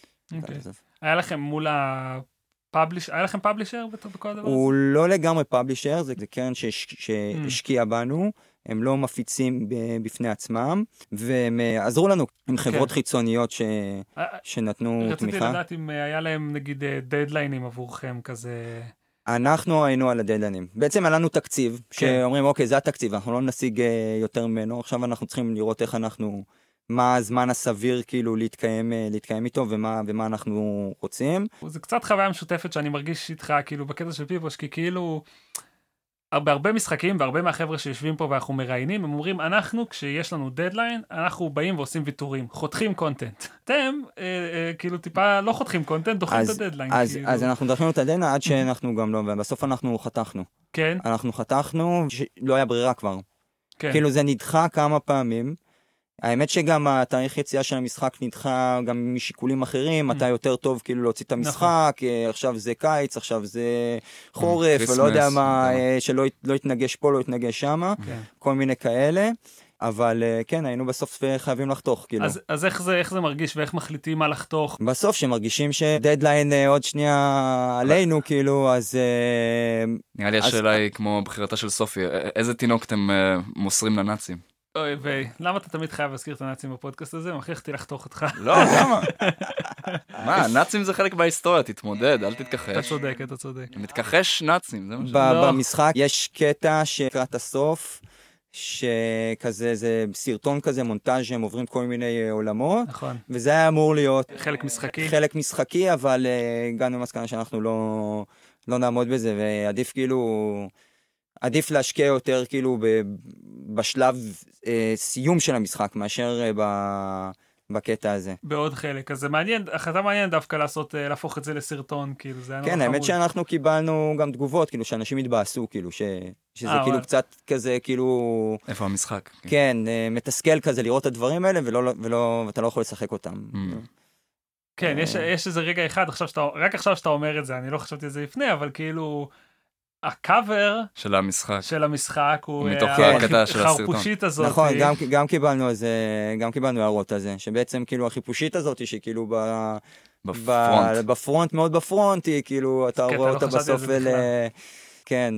היה לכם מול ה... היה לכם פאבלישר בכל הדבר הזה? הוא לא לגמרי פאבלישר, זה קרן שהשקיע בנו, הם לא מפיצים בפני עצמם, והם עזרו לנו עם חברות חיצוניות שנתנו תמיכה. רציתי לדעת אם היה להם נגיד דדליינים עבורכם כזה... אנחנו היינו על הדדליינים. בעצם היה לנו תקציב, שאומרים אוקיי, זה התקציב, אנחנו לא נשיג יותר ממנו, עכשיו אנחנו צריכים לראות איך אנחנו... מה הזמן הסביר כאילו להתקיים, להתקיים איתו ומה, ומה אנחנו רוצים. זה קצת חוויה משותפת שאני מרגיש איתך כאילו בקטע של פיפוש, כי כאילו בהרבה משחקים והרבה מהחבר'ה שיושבים פה ואנחנו מראיינים, הם אומרים אנחנו כשיש לנו דדליין, אנחנו באים ועושים ויתורים, חותכים קונטנט. אתם אה, אה, כאילו טיפה לא חותכים קונטנט, דוחים את הדדליין. אז, כאילו. אז אנחנו דחינו את הדדליין עד שאנחנו גם לא, ובסוף אנחנו חתכנו. כן. אנחנו חתכנו, לא היה ברירה כבר. כן. כאילו זה נדחה כמה פעמים, האמת שגם התאריך יציאה של המשחק נדחה גם משיקולים אחרים, אתה יותר טוב כאילו להוציא את המשחק, עכשיו זה קיץ, עכשיו זה חורף, ולא יודע מה, שלא יתנגש פה, לא יתנגש שם, כל מיני כאלה. אבל כן, היינו בסוף חייבים לחתוך, כאילו. אז, אז איך זה, איך זה מרגיש ואיך מחליטים מה לחתוך? בסוף, שמרגישים שדדליין עוד שנייה עלינו, כאילו, אז... נראה לי השאלה היא כמו בחירתה של סופי, איזה תינוק אתם מוסרים לנאצים? אוי ויי, למה אתה תמיד חייב להזכיר את הנאצים בפודקאסט הזה? מכריחתי לחתוך אותך. לא, למה? מה, נאצים זה חלק בהיסטוריה, תתמודד, אל תתכחש. אתה צודק, אתה צודק. מתכחש נאצים, זה מה ש... במשחק יש קטע שקראת הסוף, שכזה, זה סרטון כזה, מונטאז' הם עוברים כל מיני עולמות. נכון. וזה היה אמור להיות... חלק משחקי. חלק משחקי, אבל הגענו למסקנה שאנחנו לא, לא נעמוד בזה, ועדיף כאילו... עדיף להשקיע יותר כאילו ב, בשלב אה, סיום של המשחק, מאשר אה, ב, בקטע הזה. בעוד חלק, אז זה מעניין, החלטה מעניין דווקא לעשות, אה, להפוך את זה לסרטון, כאילו, זה היה נורא כן, חמוד. האמת שאנחנו קיבלנו גם תגובות, כאילו, שאנשים התבאסו, כאילו, ש, שזה אה, כאילו אבל... קצת כזה, כאילו... איפה המשחק? כן, אה, מתסכל כזה לראות את הדברים האלה, ולא, ולא, ואתה לא יכול לשחק אותם. Mm. כן, יש, יש איזה רגע אחד, עכשיו שאתה, רק עכשיו שאתה אומר את זה, אני לא חשבתי את זה לפני, אבל כאילו... הקאבר של המשחק של המשחק הוא מתוך הקטע של הסרטון. החרפושית הזאת. נכון, גם, גם קיבלנו איזה, גם קיבלנו הערות על זה, שבעצם כאילו החיפושית הזאת שכאילו ב, בפרונט. ב, בפרונט מאוד בפרונט, היא כאילו אתה רואה אותה בסוף ול... כן.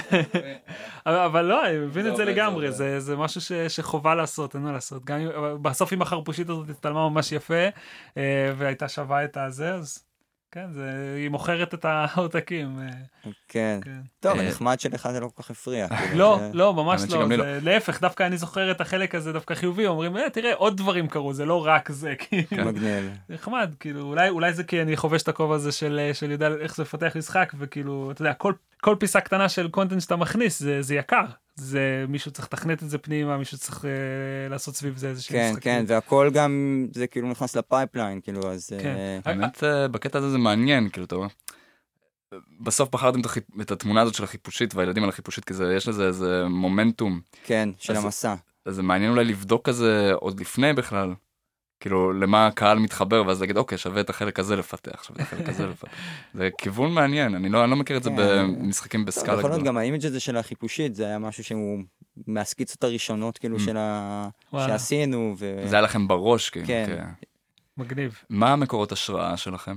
אבל לא, אני מבין את זה לגמרי, זה, זה משהו ש, שחובה לעשות, אין מה לעשות. גם בסוף עם החרפושית הזאת התעלמה ממש יפה, והייתה שווה את הזה, אז... כן, זה, היא מוכרת את העותקים. כן. טוב, נחמד שלך זה לא כל כך הפריע. לא, לא, ממש לא. להפך, דווקא אני זוכר את החלק הזה דווקא חיובי, אומרים, תראה, עוד דברים קרו, זה לא רק זה. מגניב. נחמד, כאילו, אולי זה כי אני חובש את הכובע הזה של יודע איך זה לפתח משחק, וכאילו, אתה יודע, כל פיסה קטנה של קונטנט שאתה מכניס, זה יקר. זה מישהו צריך לתכנת את זה פנימה, מישהו צריך אה, לעשות סביב זה איזושהי כן, משחקים. כן, והכל גם, זה כאילו נכנס לפייפליין, כאילו, אז... כן. באמת, אה, בקטע הזה זה מעניין, כאילו, אתה רואה. בסוף בחרתם את, החיפ... את התמונה הזאת של החיפושית, והילדים על החיפושית, כי זה, יש לזה איזה מומנטום. כן, של אז, המסע. אז זה מעניין אולי לבדוק כזה עוד לפני בכלל. כאילו, למה הקהל מתחבר, ואז להגיד, אוקיי, שווה את החלק הזה לפתח, שווה את החלק הזה לפתח. זה כיוון מעניין, אני לא, אני לא מכיר את זה במשחקים בסקאלה גדולה. יכול להיות גם האימג' הזה של החיפושית, זה היה משהו שהוא מהסקיצות הראשונות, כאילו, של ה... שעשינו, ו... זה היה לכם בראש, כאילו. כן. מגניב. מה המקורות השראה שלכם?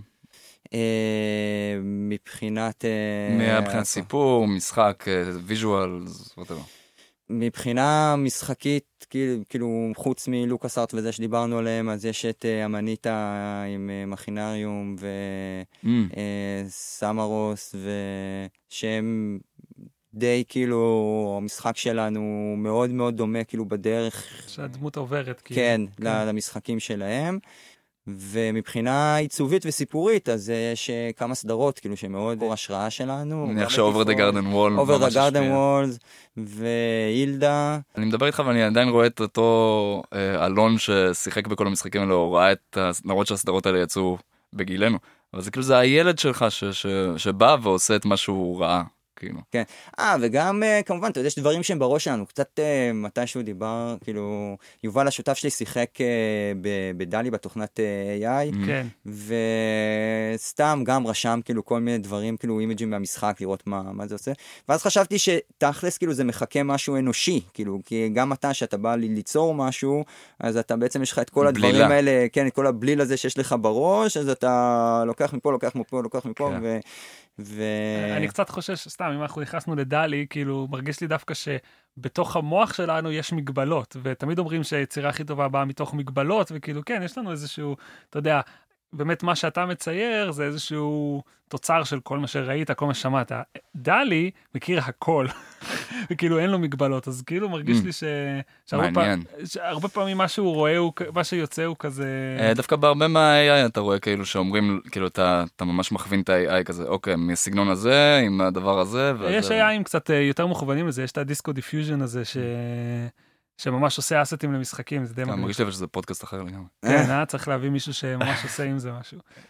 מבחינת... מבחינת סיפור, משחק, ויז'ואל, whatever. מבחינה משחקית, כאילו, חוץ מלוקאס ארט וזה שדיברנו עליהם, אז יש את אמניטה עם מכינריום וסמרוס, ושהם די, כאילו, המשחק שלנו מאוד מאוד דומה, כאילו, בדרך. שהדמות עוברת, כאילו. כן, למשחקים שלהם. ומבחינה עיצובית וסיפורית, אז יש כמה סדרות, כאילו, שמאוד השראה שלנו. אני חושב Over the Garden Wall. Over the Garden Walls, והילדה. אני מדבר איתך, ואני עדיין רואה את אותו אלון ששיחק בכל המשחקים האלה, הוא ראה את הנרות של הסדרות האלה יצאו בגילנו. אבל זה כאילו, זה הילד שלך שבא ועושה את מה שהוא ראה. כאילו. כן. אה, וגם, כמובן, אתה יודע, יש דברים שהם בראש שלנו. קצת מתישהו דיבר, כאילו, יובל השותף שלי שיחק בדלי בתוכנת איי איי. כן. וסתם גם רשם, כאילו, כל מיני דברים, כאילו, אימג'ים מהמשחק, לראות מה, מה זה עושה. ואז חשבתי שתכלס, כאילו, זה מחכה משהו אנושי. כאילו, כי גם אתה, שאתה בא ליצור משהו, אז אתה בעצם יש לך את כל הדברים בלילה. האלה, כן, את כל הבליל הזה שיש לך בראש, אז אתה לוקח מפה, לוקח מפה, לוקח מפה, כן. ו... ו... אני קצת חושש, סתם, אם אנחנו נכנסנו לדלי, כאילו, מרגיש לי דווקא שבתוך המוח שלנו יש מגבלות, ותמיד אומרים שהיצירה הכי טובה באה מתוך מגבלות, וכאילו, כן, יש לנו איזשהו, אתה יודע, באמת מה שאתה מצייר זה איזשהו תוצר של כל מה שראית, כל מה ששמעת. דלי מכיר הכל, וכאילו אין לו מגבלות, אז כאילו מרגיש לי ש... שהרבה פעמים מה שהוא רואה, מה שיוצא הוא כזה... דווקא בהרבה מה-איי איי אתה רואה כאילו שאומרים, כאילו אתה ממש מכווין את ה-איי איי כזה, אוקיי, מהסגנון הזה, עם הדבר הזה. יש איי איי קצת יותר מוכוונים לזה, יש את הדיסקו דיפיוז'ן הזה ש... שממש עושה אסטים למשחקים, זה די מגניב. מרגיש לי שזה פודקאסט אחר לגמרי. כן, צריך להביא מישהו שממש עושה עם זה משהו.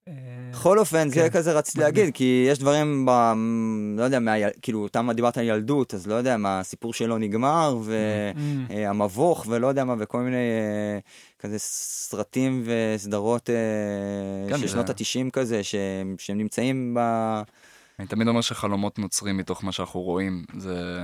בכל אופן, זה כזה רציתי להגיד, כי יש דברים, לא יודע, כאילו, אותם דיברת על ילדות, אז לא יודע מה, הסיפור שלו נגמר, והמבוך, ולא יודע מה, וכל מיני כזה סרטים וסדרות של שנות ה-תשעים כזה, שהם נמצאים ב... אני תמיד אומר שחלומות נוצרים מתוך מה שאנחנו רואים. זה,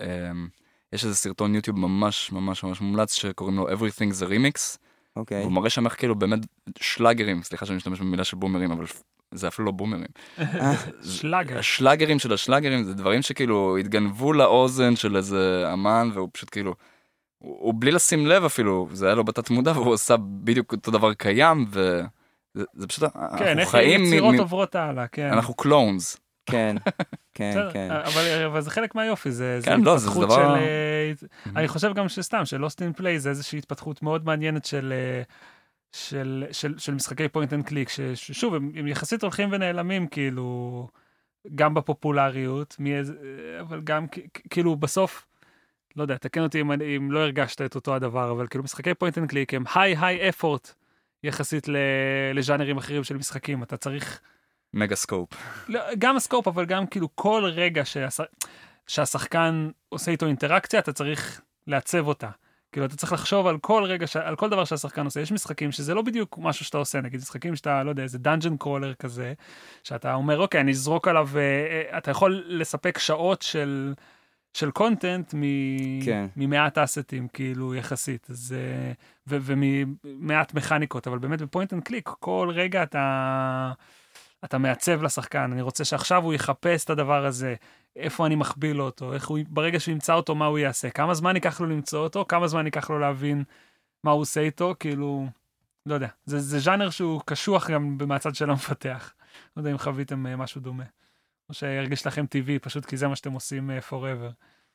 יש איזה סרטון יוטיוב ממש ממש ממש מומלץ שקוראים לו Everything the Remix. אוקיי. הוא מראה שם איך כאילו באמת שלאגרים, סליחה שאני משתמש במילה של בומרים, אבל זה אפילו לא בומרים. שלאגר. השלאגרים של השלאגרים זה דברים שכאילו התגנבו לאוזן של איזה אמן, והוא פשוט כאילו, הוא, הוא בלי לשים לב אפילו, זה היה לו בתת מודע, והוא עושה בדיוק אותו דבר קיים, וזה זה פשוט, כן, איך יצירות עוברות הלאה, כן. אנחנו קלונס. כן, כן, כן. אבל זה חלק מהיופי, זה התפתחות של... אני חושב גם שסתם, של Lost in Play זה איזושהי התפתחות מאוד מעניינת של... של, של, של משחקי פוינט אנד קליק, ששוב, הם, הם יחסית הולכים ונעלמים, כאילו, גם בפופולריות, מאיז, אבל גם, כאילו, בסוף, לא יודע, תקן אותי אם, אם לא הרגשת את אותו הדבר, אבל כאילו, משחקי פוינט אנד קליק הם היי-היי אפורט, יחסית לז'אנרים אחרים של משחקים. אתה צריך... מגה סקופ. גם הסקופ, אבל גם כאילו כל רגע שהש... שהשחקן עושה איתו אינטראקציה, אתה צריך לעצב אותה. כאילו, אתה צריך לחשוב על כל רגע, ש... על כל דבר שהשחקן עושה. יש משחקים שזה לא בדיוק משהו שאתה עושה, נגיד, משחקים שאתה, לא יודע, איזה דאנג'ן קרולר כזה, שאתה אומר, אוקיי, אני אזרוק עליו, אתה יכול לספק שעות של... של קונטנט כן. ממעט אסטים, כאילו, יחסית. אז, ו- וממעט מכניקות, אבל באמת בפוינט אנד קליק, כל רגע אתה, אתה מעצב לשחקן. אני רוצה שעכשיו הוא יחפש את הדבר הזה, איפה אני מכביל אותו, איך הוא, ברגע שהוא ימצא אותו, מה הוא יעשה, כמה זמן ייקח לו למצוא אותו, כמה זמן ייקח לו להבין מה הוא עושה איתו, כאילו, לא יודע. זה, זה ז'אנר שהוא קשוח גם מהצד של המפתח. לא יודע אם חוויתם משהו דומה. או שירגיש לכם טבעי, פשוט כי זה מה שאתם עושים forever.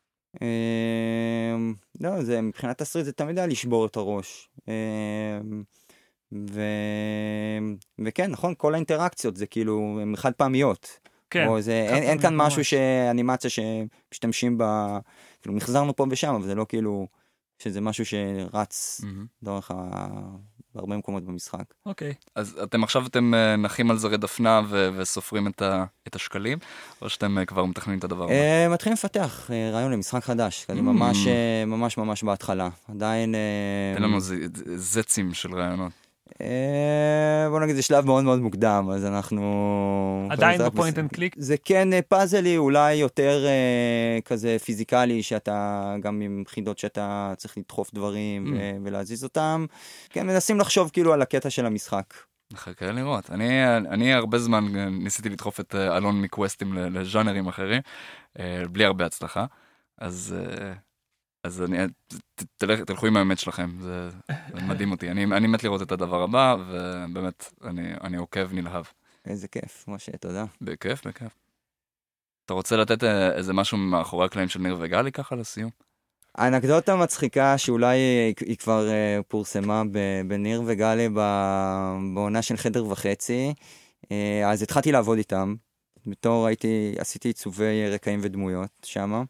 לא, זה מבחינת תסריט זה תמיד היה לשבור את הראש. וכן, נכון, כל האינטראקציות זה כאילו, הן חד פעמיות. כן. אין כאן משהו שאנימציה שמשתמשים בה, כאילו מחזרנו פה ושם, אבל זה לא כאילו, שזה משהו שרץ דרך בהרבה מקומות במשחק. אוקיי. אז אתם עכשיו אתם נחים על זרי דפנה וסופרים את השקלים, או שאתם כבר מתכננים את הדבר הזה? מתחילים לפתח רעיון למשחק חדש, כזה ממש ממש ממש בהתחלה. עדיין... אין לנו זצים של רעיונות. בוא נגיד, זה שלב מאוד מאוד מוקדם, אז אנחנו... עדיין בפוינט אנד קליק? זה כן פאזלי, אולי יותר כזה פיזיקלי, שאתה גם עם חידות שאתה צריך לדחוף דברים ולהזיז אותם. כן, מנסים לחשוב כאילו על הקטע של המשחק. חכה לראות. אני הרבה זמן ניסיתי לדחוף את אלון מקווסטים לז'אנרים אחרים, בלי הרבה הצלחה. אז... אז אני, תלך, תלכו עם האמת שלכם, זה, זה מדהים אותי. אני, אני מת לראות את הדבר הבא, ובאמת, אני, אני עוקב נלהב. איזה כיף, משה, תודה. בכיף, בכיף. אתה רוצה לתת איזה משהו מאחורי הקלעים של ניר וגלי ככה לסיום? האנקדוטה מצחיקה שאולי היא, היא כבר uh, פורסמה בניר וגלי בעונה של חדר וחצי, uh, אז התחלתי לעבוד איתם, בתור הייתי, עשיתי עיצובי רקעים ודמויות שמה,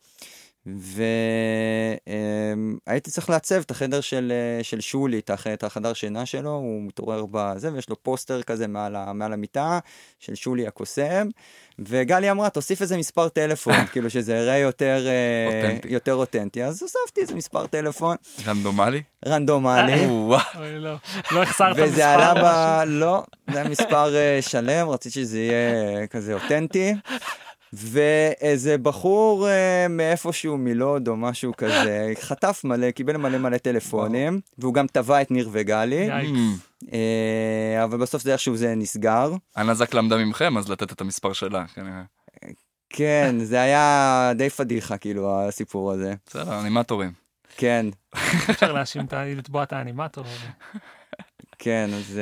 והייתי צריך לעצב את החדר של, של שולי, את החדר שינה שלו, הוא מתעורר בזה, ויש לו פוסטר כזה מעל, מעל המיטה של שולי הקוסם, וגלי אמרה, תוסיף איזה מספר טלפון, כאילו שזה יראה יותר אותנטי. יותר אותנטי, אז הוספתי איזה מספר טלפון. רנדומלי? רנדומלי. אוי, לא, לא החסרת מספר. וזה עלה ב... לא, זה מספר שלם, רציתי שזה יהיה כזה אותנטי. ואיזה בחור uh, מאיפשהו מלוד או משהו כזה, חטף מלא, קיבל מלא מלא טלפונים, והוא גם טבע את ניר וגלי, uh, אבל בסוף זה איכשהו זה נסגר. הנזק למדה ממכם, אז לתת את המספר שלה. כן, זה היה די פדיחה, כאילו, הסיפור הזה. בסדר, אנימטורים. כן. אפשר להאשים, לתבוע את האנימטור. כן, אז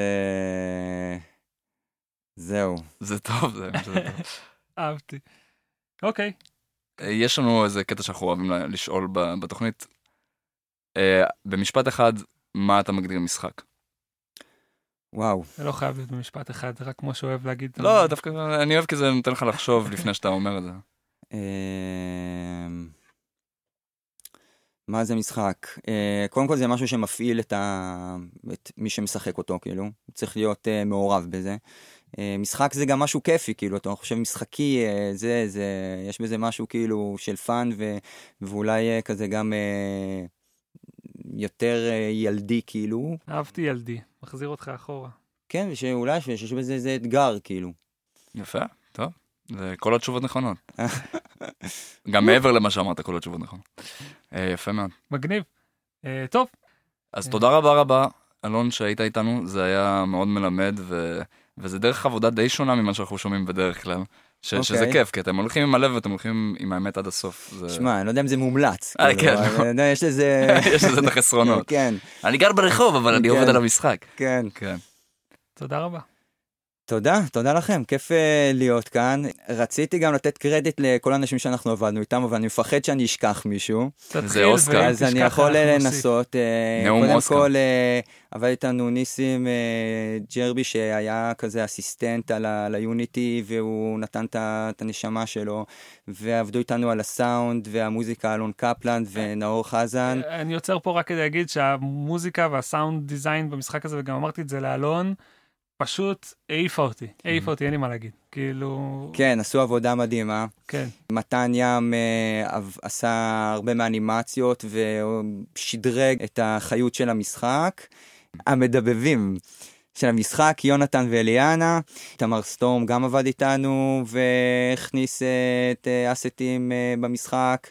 זהו. זה טוב, זה טוב. אהבתי. אוקיי. יש לנו איזה קטע שאנחנו אוהבים לשאול בתוכנית. במשפט אחד, מה אתה מגדיר משחק? וואו. זה לא חייב להיות במשפט אחד, זה רק כמו שאוהב להגיד. לא, דווקא אני אוהב כי זה נותן לך לחשוב לפני שאתה אומר את זה. מה זה משחק? קודם כל זה משהו שמפעיל את מי שמשחק אותו, כאילו. צריך להיות מעורב בזה. משחק זה גם משהו כיפי, כאילו, אתה חושב משחקי, זה, זה, יש בזה משהו כאילו של פן, ו, ואולי כזה גם יותר ילדי, כאילו. אהבתי ילדי, מחזיר אותך אחורה. כן, ושאולי שיש בזה איזה אתגר, כאילו. יפה, טוב. זה כל התשובות נכונות. גם מעבר למה שאמרת, כל התשובות נכונות. יפה מאוד. מגניב. טוב. אז תודה רבה רבה, אלון, שהיית איתנו. זה היה מאוד מלמד, ו... וזה דרך עבודה די שונה ממה שאנחנו שומעים בדרך כלל. ש... okay. שזה כיף, כי אתם הולכים עם הלב ואתם הולכים עם האמת עד הסוף. זה... שמע, אני לא יודע אם זה מומלץ. אה, כן. אבל, יש לזה... יש לזה את החסרונות. כן. אני גר ברחוב, אבל אני עובד על המשחק. כן. כן. תודה רבה. תודה, תודה לכם, כיף uh, להיות כאן. רציתי גם לתת קרדיט לכל האנשים שאנחנו עבדנו איתם, אבל אני מפחד שאני אשכח מישהו. זה אוסקר. אז אני יכול לנסות. Uh, נאום אוסקר. קודם כל, uh, עבד איתנו ניסים uh, ג'רבי, שהיה כזה אסיסטנט על היוניטי, והוא נתן את הנשמה שלו, ועבדו איתנו על הסאונד והמוזיקה, אלון קפלן ונאור חזן. אני יוצר פה רק כדי להגיד שהמוזיקה והסאונד דיזיין במשחק הזה, וגם אמרתי את זה לאלון, פשוט העיפה אותי, העיפה אותי, אין לי מה להגיד. כאילו... כן, עשו עבודה מדהימה. כן. מתן ים אה, עשה הרבה מאנימציות ושדרג את החיות של המשחק. המדבבים של המשחק, יונתן ואליאנה. תמר סטורם גם עבד איתנו והכניס את אסטים במשחק.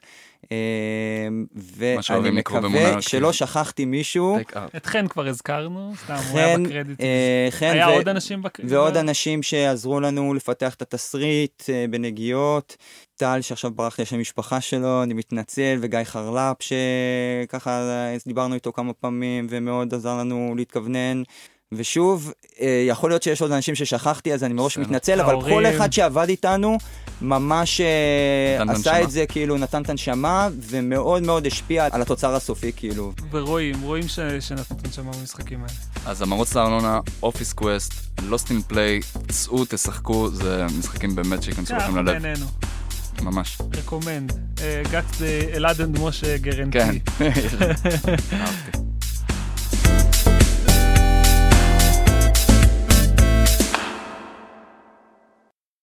ואני מקווה שלא שכחתי מישהו. את חן כבר הזכרנו, סתם הוא היה בקרדיט. היה עוד אנשים בקרדיט. ועוד אנשים שעזרו לנו לפתח את התסריט בנגיעות. טל שעכשיו ברח לי השם משפחה שלו, אני מתנצל, וגיא חרלפ שככה דיברנו איתו כמה פעמים ומאוד עזר לנו להתכוונן. ושוב, יכול להיות שיש עוד אנשים ששכחתי, אז אני מראש מתנצל, אבל כל אחד שעבד איתנו ממש עשה את זה, כאילו נתן את הנשמה, ומאוד מאוד השפיע על התוצר הסופי, כאילו. ורואים, רואים שנתן את הנשמה במשחקים האלה. אז המרוץ לארנונה, אופיס קווסט, לוסט אין פליי, צאו, תשחקו, זה משחקים באמת שיכנסו לכם ללב. נהנינו. ממש. רקומנד. got the אלעד משה גרנטי. כן. אהבתי.